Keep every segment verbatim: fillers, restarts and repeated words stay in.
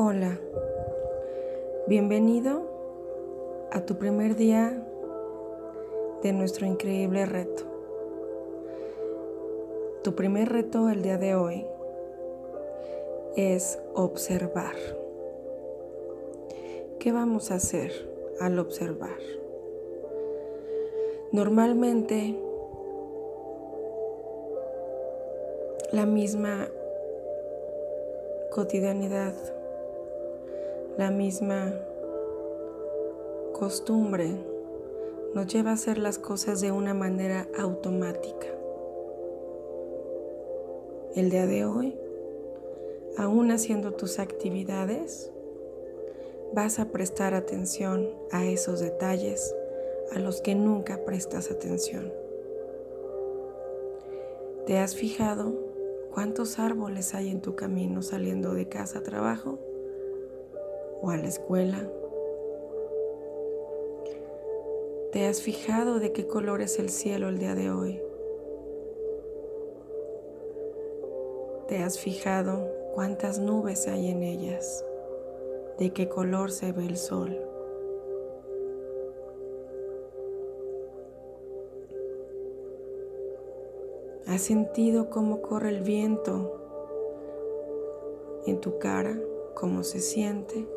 Hola, bienvenido a tu primer día de nuestro increíble reto. Tu primer reto el día de hoy es observar. ¿Qué vamos a hacer al observar? Normalmente, la misma cotidianidad, la misma costumbre nos lleva a hacer las cosas de una manera automática. El día de hoy, aún haciendo tus actividades, vas a prestar atención a esos detalles a los que nunca prestas atención. ¿Te has fijado cuántos árboles hay en tu camino saliendo de casa a trabajo o a la escuela? ¿Te has fijado de qué color es el cielo el día de hoy? ¿Te has fijado cuántas nubes hay en ellas? ¿De qué color se ve el sol? ¿Has sentido cómo corre el viento en tu cara? ¿Cómo se siente?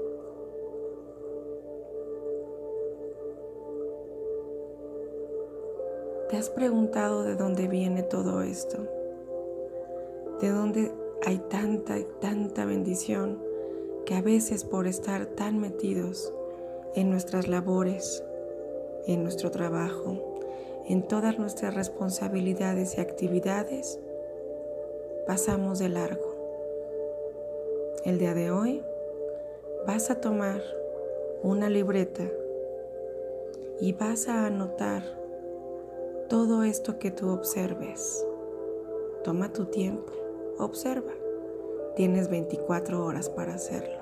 ¿Te has preguntado de dónde viene todo esto? ¿De dónde hay tanta y tanta bendición que a veces por estar tan metidos en nuestras labores, en nuestro trabajo, en todas nuestras responsabilidades y actividades, pasamos de largo? El día de hoy vas a tomar una libreta y vas a anotar todo esto que tú observes. Toma tu tiempo, observa. Tienes veinticuatro horas para hacerlo.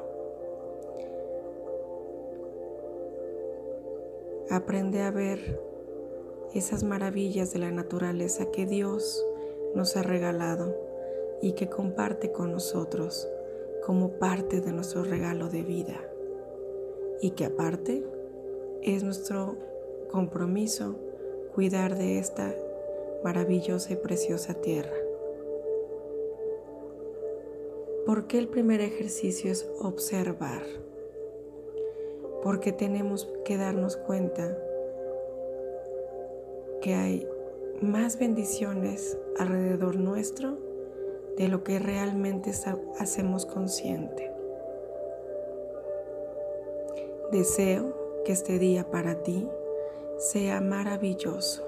Aprende a ver esas maravillas de la naturaleza que Dios nos ha regalado y que comparte con nosotros como parte de nuestro regalo de vida, y que aparte es nuestro compromiso cuidar de esta maravillosa y preciosa tierra. ¿Por qué el primer ejercicio es observar? Porque tenemos que darnos cuenta que hay más bendiciones alrededor nuestro de lo que realmente hacemos consciente. Deseo que este día para ti sea maravilloso.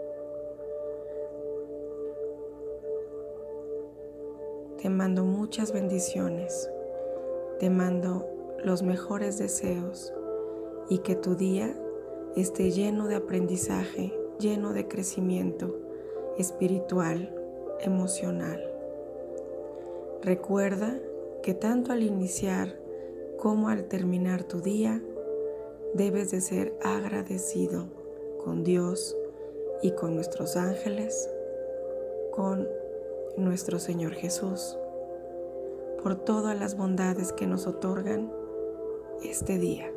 Te mando muchas bendiciones, te mando los mejores deseos y que tu día esté lleno de aprendizaje, lleno de crecimiento espiritual, emocional. Recuerda que tanto al iniciar como al terminar tu día, debes de ser agradecido con Dios y con nuestros ángeles, con nuestro Señor Jesús, por todas las bondades que nos otorgan este día.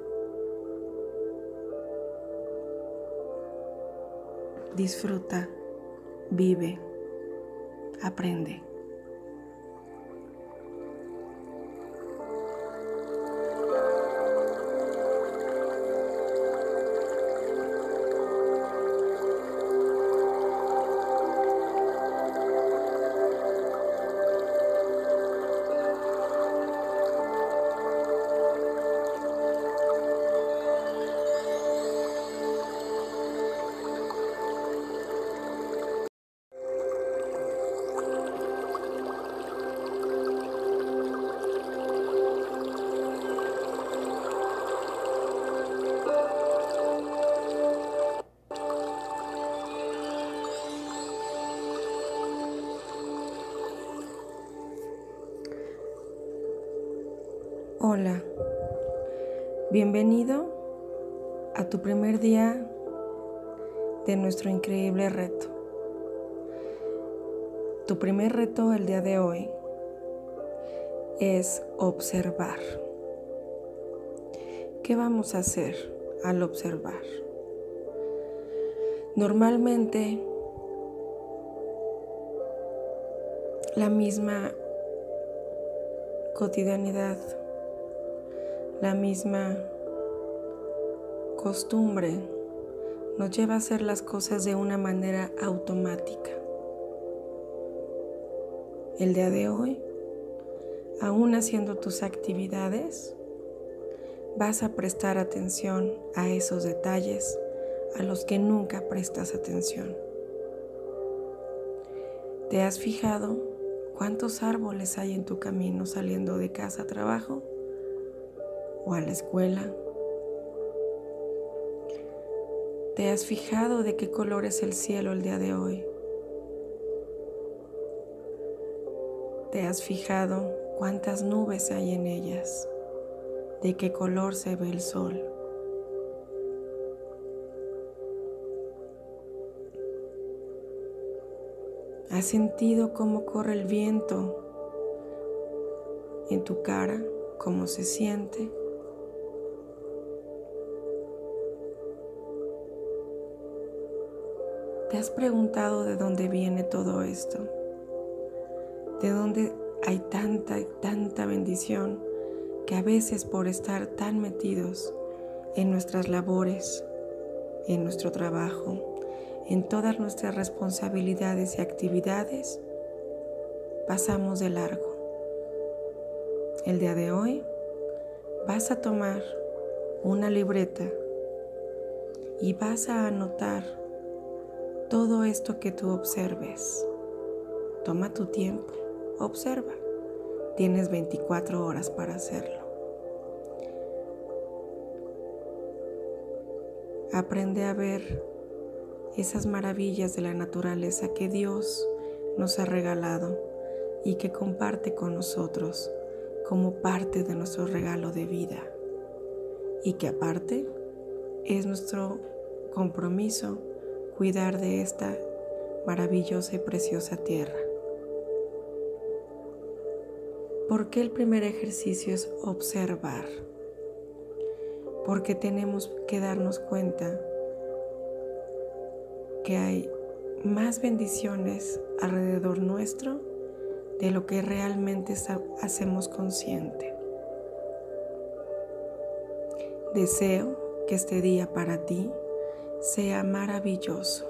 Disfruta, vive, aprende. Hola, bienvenido a tu primer día de nuestro increíble reto. Tu primer reto el día de hoy es observar. ¿qué vamos a hacer al observar? Normalmente, la misma cotidianidad, la misma costumbre nos lleva a hacer las cosas de una manera automática. El día de hoy, aún haciendo tus actividades, vas a prestar atención a esos detalles a los que nunca prestas atención. ¿Te has fijado cuántos árboles hay en tu camino saliendo de casa a trabajo o a la escuela? ¿Te has fijado de qué color es el cielo el día de hoy? ¿Te has fijado cuántas nubes hay en ellas? ¿De qué color se ve el sol? ¿Has sentido cómo corre el viento en tu cara? ¿Cómo se siente? ¿Te has preguntado de dónde viene todo esto? ¿De dónde hay tanta y tanta bendición que a veces por estar tan metidos en nuestras labores, en nuestro trabajo, en todas nuestras responsabilidades y actividades, pasamos de largo? El día de hoy vas a tomar una libreta y vas a anotar todo esto que tú observes. Toma tu tiempo, observa. Tienes veinticuatro horas para hacerlo. Aprende a ver esas maravillas de la naturaleza que Dios nos ha regalado y que comparte con nosotros como parte de nuestro regalo de vida, y que aparte es nuestro compromiso cuidar de esta maravillosa y preciosa tierra. ¿Por qué el primer ejercicio es observar? Porque tenemos que darnos cuenta que hay más bendiciones alrededor nuestro de lo que realmente hacemos consciente. Deseo que este día para ti sea maravilloso.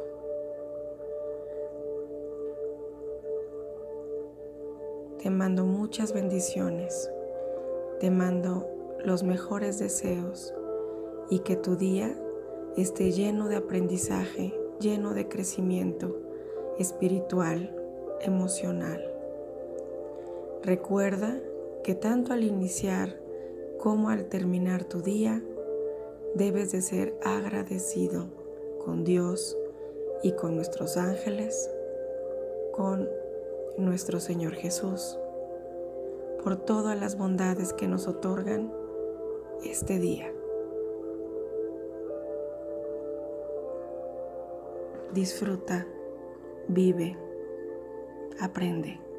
Te mando muchas bendiciones, te mando los mejores deseos y que tu día esté lleno de aprendizaje, lleno de crecimiento espiritual, emocional. Recuerda que tanto al iniciar como al terminar tu día, debes de ser agradecido con Dios y con nuestros ángeles, con nuestro Señor Jesús, por todas las bondades que nos otorgan este día. Disfruta, vive, aprende.